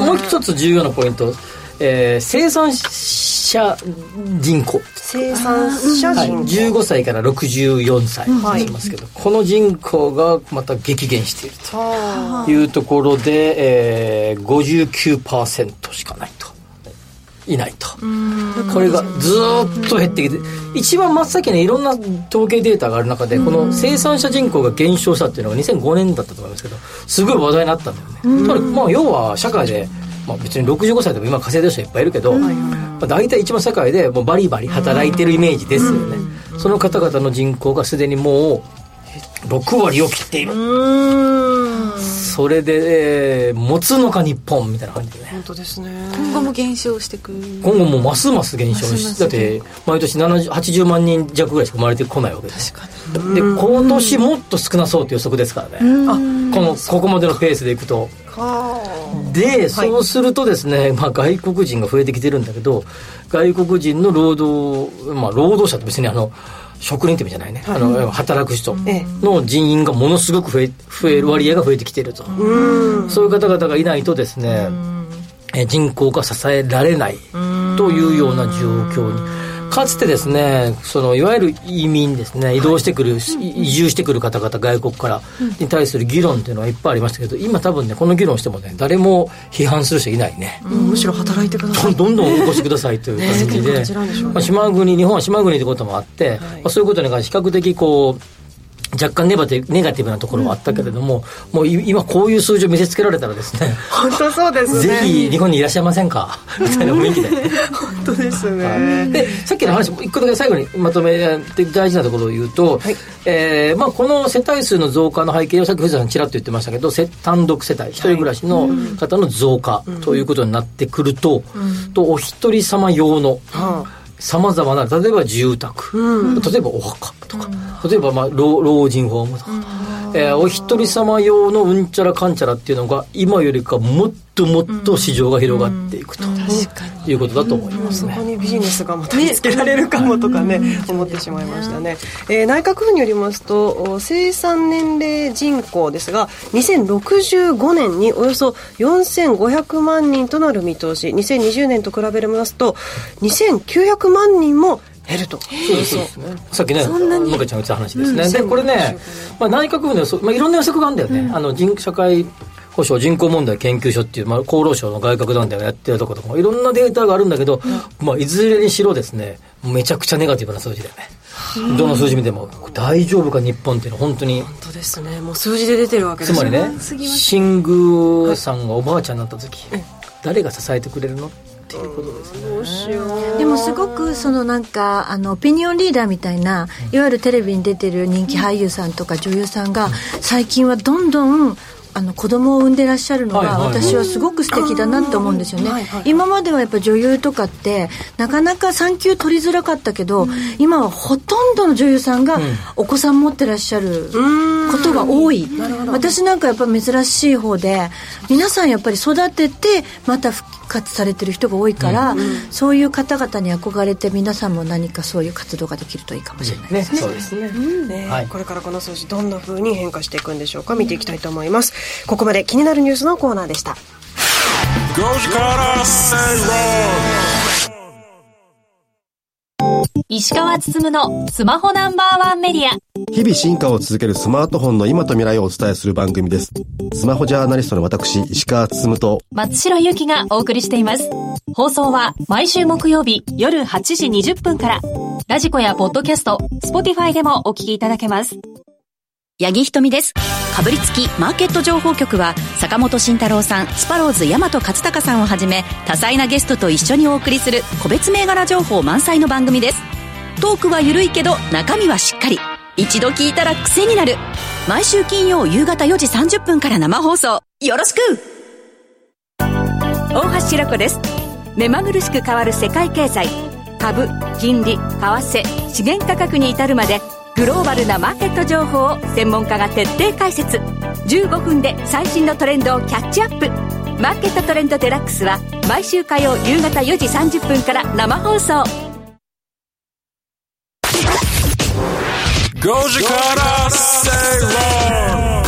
もう一つ重要なポイント、えー、生産者人口生産者人口、はい、 じゅうごさいからろくじゅうよんさいとしますけど、はい、この人口がまた激減しているというところで、えー、ごじゅうきゅうパーセント しかないといないと。これがずっと減ってきて一番真っ先にいろんな統計データがある中でこの生産者人口が減少したっていうのがにせんごねんだったと思いますけどすごい話題になったんだよね。ただまあ要は社会でまあ、別にろくじゅうごさいでも今稼いでる人いっぱいいるけど、まあ、大体一番世界でもうバリバリ働いてるイメージですよね。その方々の人口がすでにもうろくわりを切っている。それで、えー、持つのか日本みたいな感じでね。 本当ですね。 今後も減少してくる。 今後もますます減少してだって毎年ななじゅう、はちじゅうまんにん弱ぐらいしか生まれてこないわけです。 確かに。 で今年もっと少なそうという予測ですからね。あこのここまでのペースでいくと。でそうするとですね、まあ、外国人が増えてきてるんだけど外国人の労働、まあ、労働者って別にあの職人って意味じゃないね、はい、あの働く人の人員がものすごく増え、増える割合が増えてきていると、うん、そういう方々がいないとですね、え人口が支えられないというような状況にかつてですねそのいわゆる移民ですね移動してくる、はい、移住してくる方々外国からに対する議論っていうのはいっぱいありましたけど今多分ねこの議論してもね誰も批判する人いないね、 うん、むしろ働いてくださいどんどんお越しくださいという感じで、ねまあ、島国日本は島国ということもあって、はいまあ、そういうことに関して比較的こう若干ネガティブ、ネガティブなところはあったけれども、うん、もう今こういう数字を見せつけられたらですね本当そうですねぜひ日本にいらっしゃいませんかみたいな雰囲気で本当ですね。 でさっきの話一個だけ最後にまとめて大事なところを言うと、はいえーまあ、この世帯数の増加の背景をさっき藤田さんちらっと言ってましたけど単独世帯一人暮らしの方の増加ということになってくると、うん、とお一人様用の、うんさまざまな例えば住宅、うん、例えばお墓とか、うん、例えばまあ 老, 老人ホームとか、うんえー、お一人様用のうんちゃらかんちゃらっていうのが今よりかもっともっと市場が広がっていくと、うんうん、いうことだと思いますね。 そこにビジネスがまた見つけられるかもとかね、ね思ってしまいましたね、えー、内閣府によりますと生産年齢人口ですがにせんろくじゅうごねんにおよそよんせんごひゃくまんにんとなる見通しにせんにじゅうねんと比べますとにせんきゅうひゃくまんにんも減ると。 そうですね。さっきねもかちゃんが言った話ですね、うん、でこれね、まあ、内閣府では、まあ、いろんな予測があるんだよね、うん、あの人社会保障人口問題研究所っていう、まあ、厚労省の外郭団体がやってるところとかもいろんなデータがあるんだけど、うんまあ、いずれにしろですねめちゃくちゃネガティブな数字だよね、うん、どの数字見ても大丈夫か日本っていうのは本当に本当ですねもう数字で出てるわけですつまりね新宮さんがおばあちゃんになった時、はい、誰が支えてくれるのっていうことですね。どうしよう。でもすごくそのなんかあのオピニオンリーダーみたいな、いわゆるテレビに出てる人気俳優さんとか女優さんが最近はどんどんあの子供を産んでらっしゃるのが私はすごく素敵だなって思うんですよね、はいはい、今まではやっぱ女優とかってなかなか産休取りづらかったけど、うん、今はほとんどの女優さんがお子さん持ってらっしゃることが多い、うん、私なんかやっぱ珍しい方で皆さんやっぱり育ててまた復活されてる人が多いから、うんうん、そういう方々に憧れて皆さんも何かそういう活動ができるといいかもしれないですね、 そうですね、 うんねはい、これからこの数字どんな風に変化していくんでしょうか見ていきたいと思います。ここまで気になるニュースのコーナーでした。 石川つつむのスマホナンバーワンメディア。 日々進化を続けるスマートフォンの今と未来をお伝えする番組です。スマホジャーナリストの私石川つつむと松代ゆきがお送りしています。放送は毎週木曜日夜はちじにじゅっぷんからラジコやポッドキャスト Spotify でもお聞きいただけます。 八木ひとみです。かぶりつきマーケット情報局は坂本慎太郎さん、スパローズ大和勝孝さんをはじめ多彩なゲストと一緒にお送りする個別銘柄情報満載の番組です。トークは緩いけど中身はしっかり、一度聞いたら癖になる。毎週金曜夕方よじさんじゅっぷんから生放送、よろしく。大橋ひろ子です。目まぐるしく変わる世界経済、株、金利、為替、資源価格に至るまでグローバルなマーケット情報を専門家が徹底解説。じゅうごふんで最新のトレンドをキャッチアップ。マーケットトレンドデラックスは毎週火曜夕方よじさんじゅっぷんから生放送。 ごじから正論。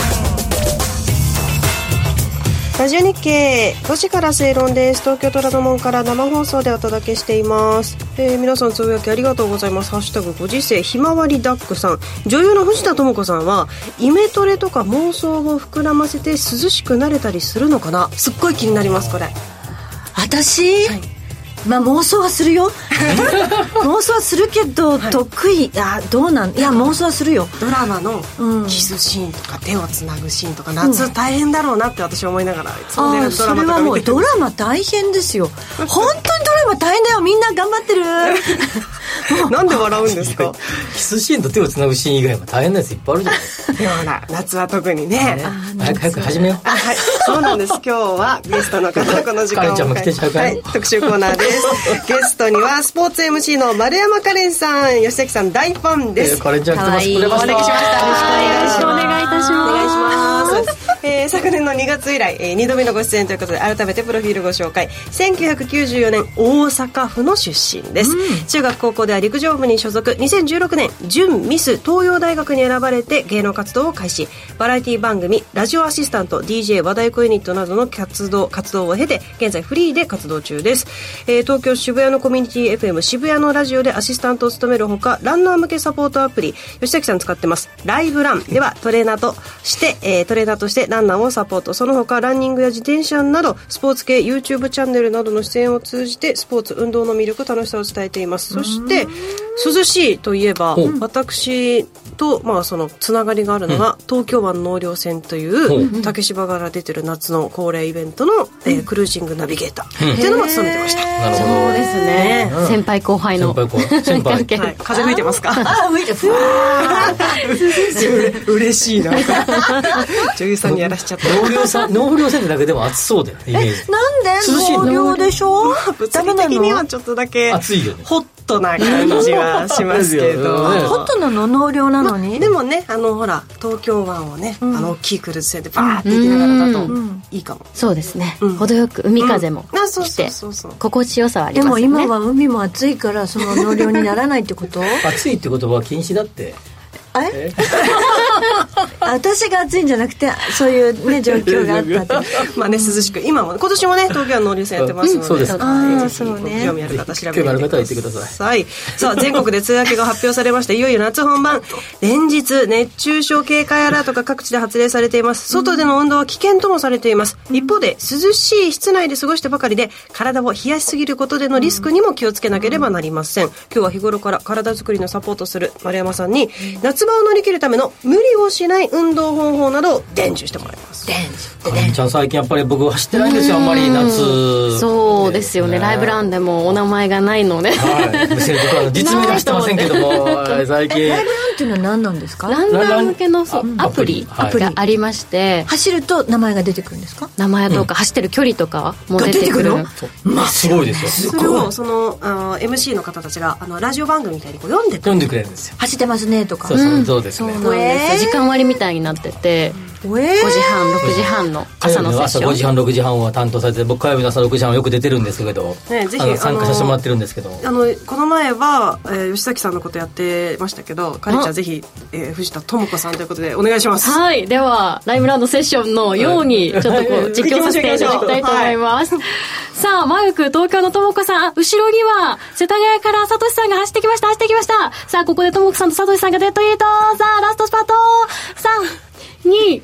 ラジオ日経ごじから正論です。東京虎ノ門から生放送でお届けしています。えー、皆さんつぶやきありがとうございます。ハッシュタグご時世ひまわりダックさん。女優の藤田智子さんはイメトレとか妄想を膨らませて涼しくなれたりするのかな。すっごい気になります。これ私、はい、まあ妄想はするよ妄想はするけど、はい、得意、あ、どうなん、いや妄想はするよ。 ドラマのキスシーンとか手をつなぐシーンとか、夏大変だろうなって私は思いながらいつもね、ドラマとか見てる。それはもうドラマ大変ですよ本当にドラマ大変だよ。みんな頑張ってるなんで笑うんですかキスシーンと手をつなぐシーン以外も大変なやついっぱいあるじゃないですか。 でもほら夏は特にね、 早く早く始めよう。 あ、はい、そうなんです。今日はゲストの方この時間を迎え、はい、特集コーナーですゲストにはスポーツ エムシー の丸山カレンさん、吉崎さん大ファンです。 カレンちゃん来てます。 お招きしました。よろしくお願いいたします。 お願いします。えー、昨年のにがつ以来、えー、にどめのご出演ということで改めてプロフィールご紹介。せんきゅうひゃくきゅうじゅうよねん大阪府の出身です、うん、中学高校では陸上部に所属。にせんじゅうろくねん準ミス東洋大学に選ばれて芸能活動を開始。バラエティ番組、ラジオアシスタント、 ディージェー 和太鼓ユニットなどの活動活動を経て現在フリーで活動中です。えー、東京渋谷のコミュニティ エフエム 渋谷のラジオでアシスタントを務めるほか、ランナー向けサポートアプリ、吉崎さん使ってますライブランではトレーナーとして、えー、トレーナーとしてランナーをサポート。その他ランニングや自転車などスポーツ系 YouTube チャンネルなどの出演を通じてスポーツ運動の魅力、楽しさを伝えています。そして涼しいといえば、私と、まあ、そのつながりがあるのが、うん、東京湾納涼船という竹芝から出てる夏の恒例イベントの、えー、クルージングナビゲーターっていうのも務めてました。 そうですね、うん、先輩後輩の先輩後輩先輩、 はい、風吹いてますか？ あ、吹いてふわー嬉しいな女優さんにやらしちゃった。 納涼船納涼船だけでも暑そうだよね、イメージ。 え、なんで涼しいの？納涼でしょ物理的にはちょっとだけ暑いよね。 ホットな感じはしますけどホットなの？納涼なのに、 ま、でもね、あのほら東京湾をね、うん、あの大きいクルーズ船でバーって行きながらだといいかも、うん、 そうですね、うん、程よく海風も来て心地よさはありますよね。 でも今は海も暑いからその納涼にならないってこと暑いってことは禁止だって。 え私が暑いんじゃなくてそういう、ね、状況があったってまあね、涼しく今も今年もね東京は納涼船やってますので、うん、 そうです。 あ、そうね、興味ある方調べてみてください。 ください。 さあ全国で梅雨明けが発表されました。いよいよ夏本番。連日熱中症警戒アラートが各地で発令されています。外での運動は危険ともされています。一方で涼しい室内で過ごしてばかりで体を冷やしすぎることでのリスクにも気をつけなければなりません。今日は日頃から体作りのサポートする丸山さんに夏場を乗り切るための無理をしない運動方法などを伝授してもらいます。 伝授かれんちゃん最近やっぱり僕走ってないんですよ、あんまり夏。 そうですよね、ライブランでもお名前がないので、 はい、僕は実名出してませんけども最近ライブランっていうのは何なんですか？ ランナー向けのアプリがありまして、はい、 走ると名前が出てくるんですか？ 名前とか、うん、走ってる距離とかも出てくる。 まあ、すごいですよ。 それをそのあの エムシー の方たちがあのラジオ番組みたいにこう読んでくれる読んでくれるんですよ。 走ってますねとか。 そうそう、うん、そうですね。 そうなんです。時間割みたいになってて、えー、ごじはんろくじはんの朝のセッション、 朝ごじはんろくじはんは担当されて、僕火曜日の朝ろくじはんはよく出てるんですけど、 ね、ぜひあの参加させてもらってるんですけど、 あのこの前は、えー、吉崎さんのことやってましたけど、カリちゃんぜひ、えー、藤田智子さんということでお願いします。 はい、ではライブランドセッションのようにちょっとこう実況させていただきたいと思います。はい、さあマイク東京の智子さん、後ろには世田谷からサトシさんが走ってきました走ってきました。さあここで智子さんとサトシさんがデッドヒート。さあラストスパート。さんに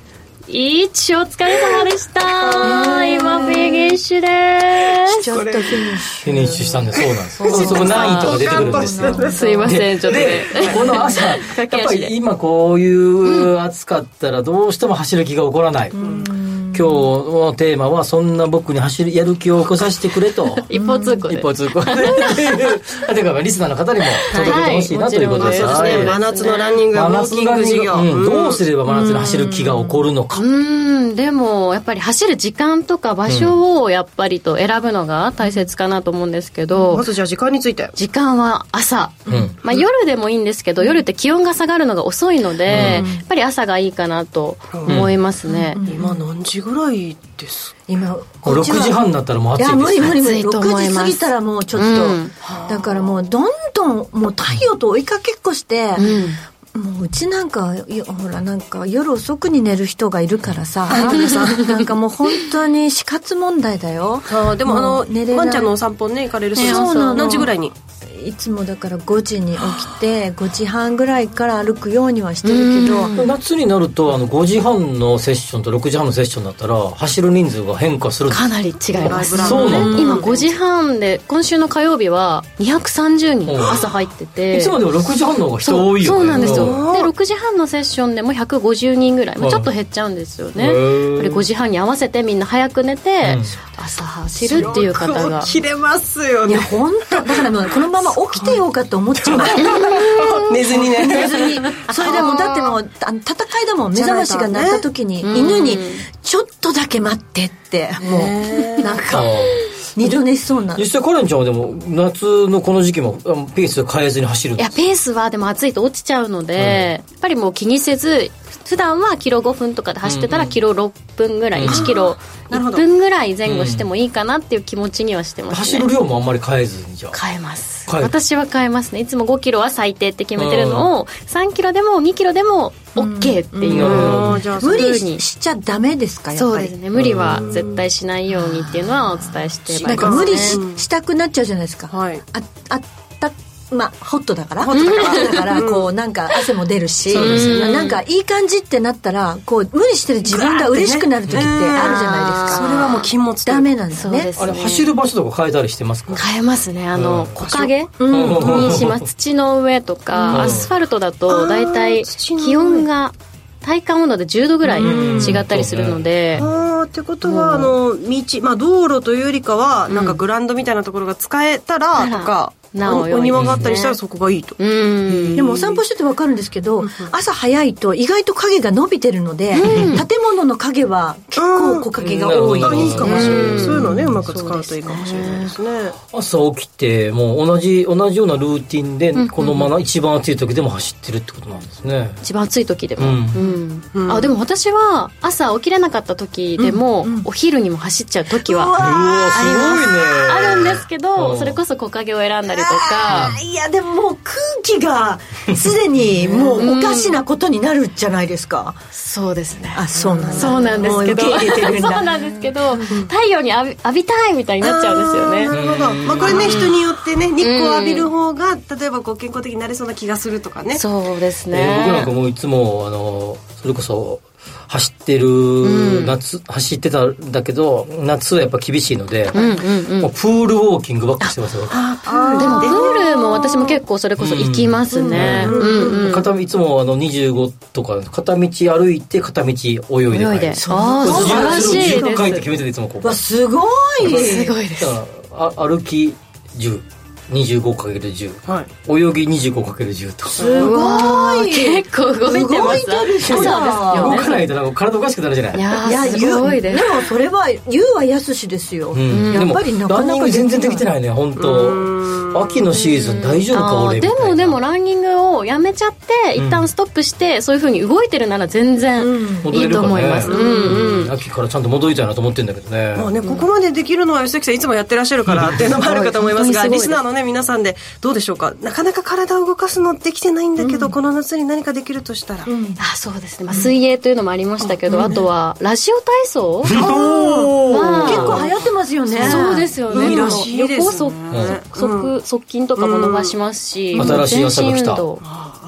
いちお疲れ様でした今フィニッシュですちょっとフィニッシュフィニッシュしたんで、そうなんです。そこ何位とか出てくるんですよ。 すいません、ちょっとね。 この朝、やっぱり今こういう暑かったらどうしても走る気が起こらない。今日のテーマはそんな僕に走るやる気を起こさせてくれと一方通行で一方通行でというかリスナーの方にも届けてほしいな、はい、ということです。 そうですね、真夏のランニング、ウォーキング事業、 うん、どうすれば真夏に走る気が起こるのか。 うーん、でもやっぱり走る時間とか場所をやっぱりと選ぶのが大切かなと思うんですけど、 うん、まずじゃあ時間について。 時間は朝、うん、まあ、夜でもいいんですけど、夜って気温が下がるのが遅いので、うん、やっぱり朝がいいかなと思いますね、 うんうん、今何時ぐらいです今ろくじはんになったらもう暑いです。 いや無理無理無理、 ろくじ過ぎたらもうちょっと、うん、だからもうどんどんもう太陽と追いかけっこして、うん、もううちなんかほらなんか夜遅くに寝る人がいるからさなんかもう本当に死活問題だよ。 あでもあのワンちゃんのお散歩ね行かれるそうです。 そうなの。 何時ぐらいに？ いつもだからごじに起きてごじはんぐらいから歩くようにはしてるけど、 夏になるとあのごじはんのセッションとろくじはんのセッションだったら走る人数が変化する。 かなり違います。 そうなんだ。 今ごじはんで今週の火曜日はにひゃくさんじゅうにん朝入ってて、 いつまでもろくじはんの方が人多いよね。 そうなんですよ。でろくじはんのセッションでもひゃくごじゅうにんぐらい、まあ、ちょっと減っちゃうんですよね。やっぱりごじはんに合わせてみんな早く寝て、うん、朝走るっていう方が切れますよね。 いや本当だからもうこのまま起きてようかと思っちゃう寝ずにね寝ずにそれでもだってもうあの戦いだもん。目覚ましが鳴った時に犬にちょっとだけ待ってってもうなんか二度寝しそうな。 実際カレンちゃんはでも夏のこの時期もペース変えずに走るんですか？ いやペースはでも暑いと落ちちゃうので、うん、やっぱりもう気にせず普段はキロごふんとかで走ってたらキロろっぷんぐらい、うん、いちキロいっぷんぐらい前後してもいいかなっていう気持ちにはしてますね。 走る量もあんまり変えずにじゃあ変えます。私は変えますね。いつもごキロは最低って決めてるのをさんキロでもにキロでも OK っていう、うんうん、 無理しちゃダメですか？やっぱりそうですね。無理は絶対しないようにっていうのはお伝えしてなんか無理 し, したくなっちゃうじゃないですか、はい、ああったまあホットだからホットだからだからこうなんか汗も出るし、うん、なんかいい感じってなったらこう無理してる自分が嬉しくなる時ってあるじゃないですか。 それはもう気持ちダメなんですね。 あれ走る場所とか変えたりしてますか？ 変えますね。あの、うん、木陰にします。土の上とか、うん、アスファルトだとだいたい気温が体感温度でじゅうどぐらい違ったりするので、 うん、あってことはあの道、まあ、道路というよりかは、うん、なんかグラウンドみたいなところが使えたらとか、なおお庭があったりしたらそこがいいと。 うんでもお散歩してて分かるんですけど、うん、朝早いと意外と影が伸びてるので、うん、建物の影は結構木陰が多い、 うん、いいかもしれない。そういうのねうまく使うといいかもしれないですね。 朝起きてもう同じ同じようなルーティンでこのまま一番暑い時でも走ってるってことなんですね。 一番暑い時でも、うんうん、あでも私は朝起きれなかった時でも、うんうん、お昼にも走っちゃう時はあります。あるんですけど、それこそ木陰を選んだりとか。 いやでももう空気がすでにもうおかしなことになるじゃないですか。 そうですね。 あそうなんだ。 そうなんですけどそうなんですけど、太陽に浴び、浴びたいみたいになっちゃうんですよね。 なるほど、まあ、これね人によってね日光を浴びる方が例えばこう健康的になれそうな気がするとかね。 そうですね、 えー、僕なんかもういつもあのそれこそ走ってる夏、うん、走ってたんだけど夏はやっぱ厳しいので、うんうんうん、もうプールウォーキングばっかしてますよ。 ああでもプールも私も結構それこそ行きますね。 片道いつもあのにじゅうごとか片道歩いて片道泳いで帰る。 泳いであ素晴らしいです。 じゅっかいって決めてていつもここ。 わすごいすごいです。 あ歩きじゅうにじゅうごかけるじゅう、はい、泳ぎ にじゅうごかけるじゅう とすごい結構動いてます。 動いてる人だ。 動かないとなんか体おかしくなるじゃない。 いやいやすごいです。 でもそれは言うはやすしですよ、うん、やっぱりなかなかランニング全然できてないね本当。秋のシーズン大丈夫か俺みたいな。 でもでもランニングをやめちゃって一旦ストップして、うん、そういう風に動いてるなら全然いいと思います、うんうんうん、秋からちゃんと戻りたいなと思ってるんだけどね。 まあねここまでできるのは吉崎さんいつもやってらっしゃるからっていうのもあるかと思いますがリスナーのね皆さんでどうでしょうか。なかなか体を動かすのできてないんだけど、うん、この夏に何かできるとしたら、うん、 あそうですね、まあ、水泳というのもありましたけど、うん、あとはラジオ体操、うん、 結構流行ってますよね。 そうですよね。 いいらしいですね。 横側、うん、側筋とかも伸ばしますし、 うん、新しい朝が来た。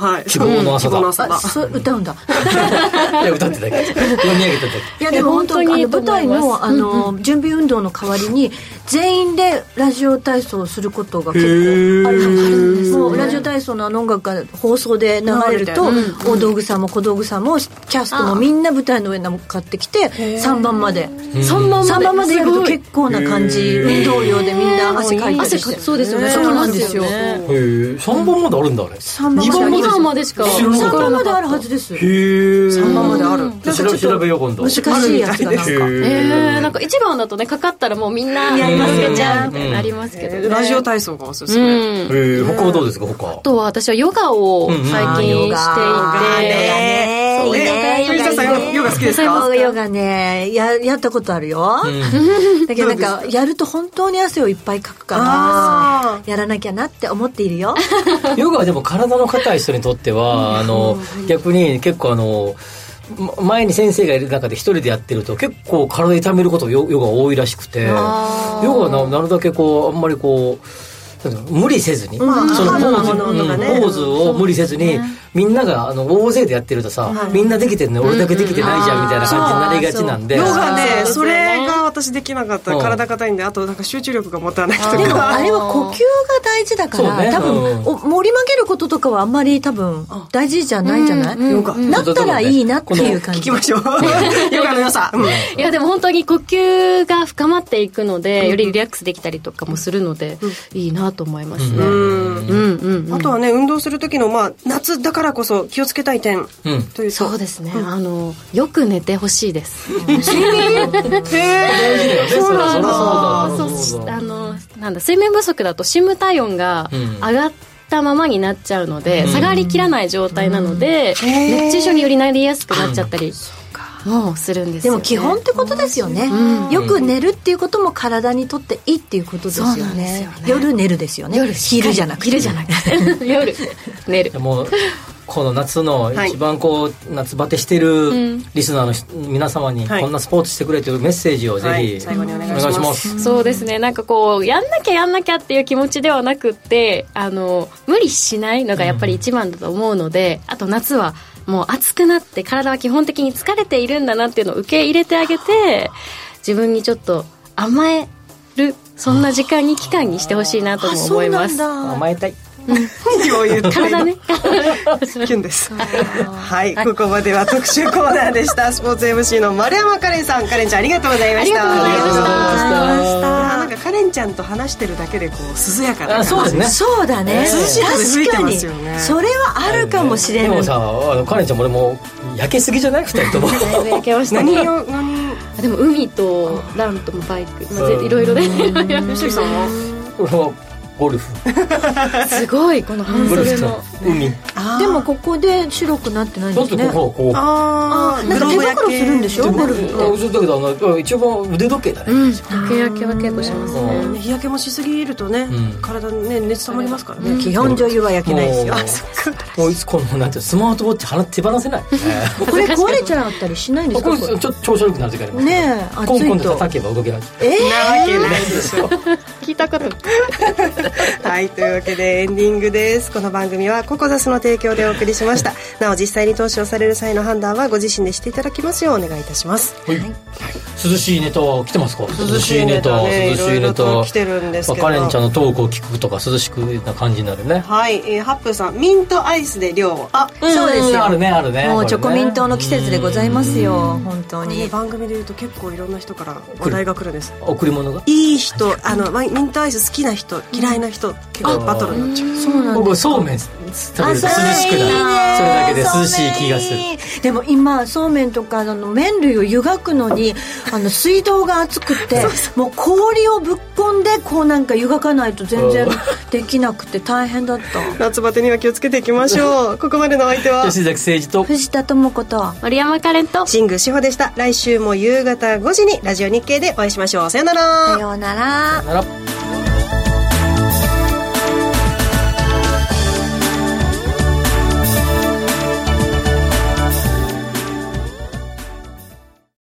はい、 希望の朝だ、 うん、あそう歌うんだいや歌ってたけど読み上げてたけどいやでも本当に舞台の、あの、うんうん、準備運動の代わりに全員でラジオ体操をすることが結構あるんです。もうラジオ体操のあの音楽が放送で流れると、うん、大道具さんも小道具さんもキャストもみんな舞台の上に乗っかってきてさんばんまでさんばんまでやると結構な感じ、運動量でみんんな汗かいたりして。 そうですよね。 そうなんですよ。 へえ。三番まであるんだあれ。 三番二番までしか。 三番まであるはずです。 へえ。 三番まである。 調べよう今度。 難しいやつがなんか。 ええ。なんか一番だとねかかったらもうみんなやりますけどありますけど。 ラジオ体操がおすすめ。 へえ。他はどうですか他。 あとは私はヨガを最近していて。 そうね。ヨガさんヨガ好きですか？ ヨガねややったことあるよ。だけどなんかやると本当に汗をいっぱいかくからやらなきゃなって思っているよ。 ヨガはでも体の硬い人にとってはあの逆に結構あの前に先生がいる中で一人でやってると結構体痛めることヨガ多いらしくて、ヨガはなるだけこうあんまりこう無理せずに、まあ、そのポーズ、ね、ポーズを無理せずに、ね、みんながあの大勢でやってるとさ、はい、みんなできてるね俺だけできてないじゃんみたいな感じになりがちなんで、 ヨガねそれが私できなかったら体硬いんで、あとなんか集中力が持たないとか。 でもあれは呼吸が大事だから、ね、多分、うん、盛り曲げることとかはあんまり多分大事じゃないんじゃない、うんうんうん、なったらいいなっていう感じ。 聞きましょうヨガの良さ、うん、 いやでも本当に呼吸が深まっていくので、うん、よりリラックスできたりとかもするので、うん、いいなと思いますね。うんうんうんうん、あとはね運動する時の、まあ、夏だからこそ気をつけたい点、うん、というとそうですね、うん、あのよく寝てほしいです。 睡眠へえそうなんだ。そうあのなんだ睡眠不足だと深部体温が上がったままになっちゃうので、うん、下がりきらない状態なので、うん、熱中症によりなりやすくなっちゃったり、うんもうするんですよね。 でも基本ってことですよね、うん、よく寝るっていうことも体にとっていいっていうことですよ ね, よね夜寝るですよね。夜昼じゃなくて昼じゃなくて夜寝る。 もうこの夏の一番こう、はい、夏バテしてるリスナーの皆様にこんなスポーツしてくれというメッセージをぜひ、はい、 最後にお願いします。 そうですね、なんかこうやんなきゃやんなきゃっていう気持ちではなくってあの無理しないのがやっぱり一番だと思うので、うん、あと夏はもう暑くなって体は基本的に疲れているんだなっていうのを受け入れてあげて自分にちょっと甘えるそんな時間に期間にしてほしいなとも思います。 甘えたい体ねキュンです。はい、ここまでは特集コーナーでした。スポーツ エムシー の丸山カレンさん、カレンちゃんありがとうございました。 ありがとうございました。なんかカレンちゃんと話してるだけでこう涼やかな感じ。 そうですね。 そうだね。 涼しい風吹いてますよね。 それはあるかもしれない。 でもさ、あのカレンちゃんも俺も焼けすぎじゃない二人とも。 焼けましたね。何を何？ でも海とランとバイク、まあいろいろね。 吉木さんは？ 俺はゴルフすごいこの半袖の海。 でもここで白くなってないんですね。 こうこうああなんか手袋するんでしょゴルフって。 だけどあの一番腕時計だね。 うん日焼けは結構しますね。 日焼けもしすぎるとね体ね熱溜まりますからね。 基本女優は焼けないですよ。 あそっか。 もういつこのなんてスマートウォッチ手放せない。 これ壊れちゃったりしないんですか？ ちょっと調子悪くなる時あります。 ねえ暑いとコンコンと叩けば動けない。 ええなわけないでしょ。 聞いたことはいというわけでエンディングです。この番組はココザスの提供でお送りしました。なお実際に投資をされる際の判断はご自身でしていただきますようお願いいたします。 はい、はい、涼しいネタは来てますか？ 涼しいネタ、ね、涼しいネタ来てるんですけど、 カレンちゃんのトークを聞くとか涼しくな感じになるね。 はい、えー、ハップーさんミントアイスで量をあ、うん、そうですよ。 あるねあるね。 もうチョコミントの季節でございますよ。本当に番組で言うと結構いろんな人から話題が来るんです。 贈り物がいい人あのミントアイス好きな人嫌いな人結構バトルになっちゃう。 そうなんです。 僕そうめん食べると涼しくなる。それだけで涼しい気がする。 でも今そうめんとかあの麺類を湯がくのにあの水道が熱くてもう氷をぶっ込んでこうなんか湯がかないと全然できなくて大変だった。 夏バテには気をつけていきましょう。ここまでのお相手は吉崎誠二と藤田智子と森山カレンと新宮志保でした。来週も夕方ごじにラジオ日経でお会いしましょう。さよなら。 さようなら。 さようなら。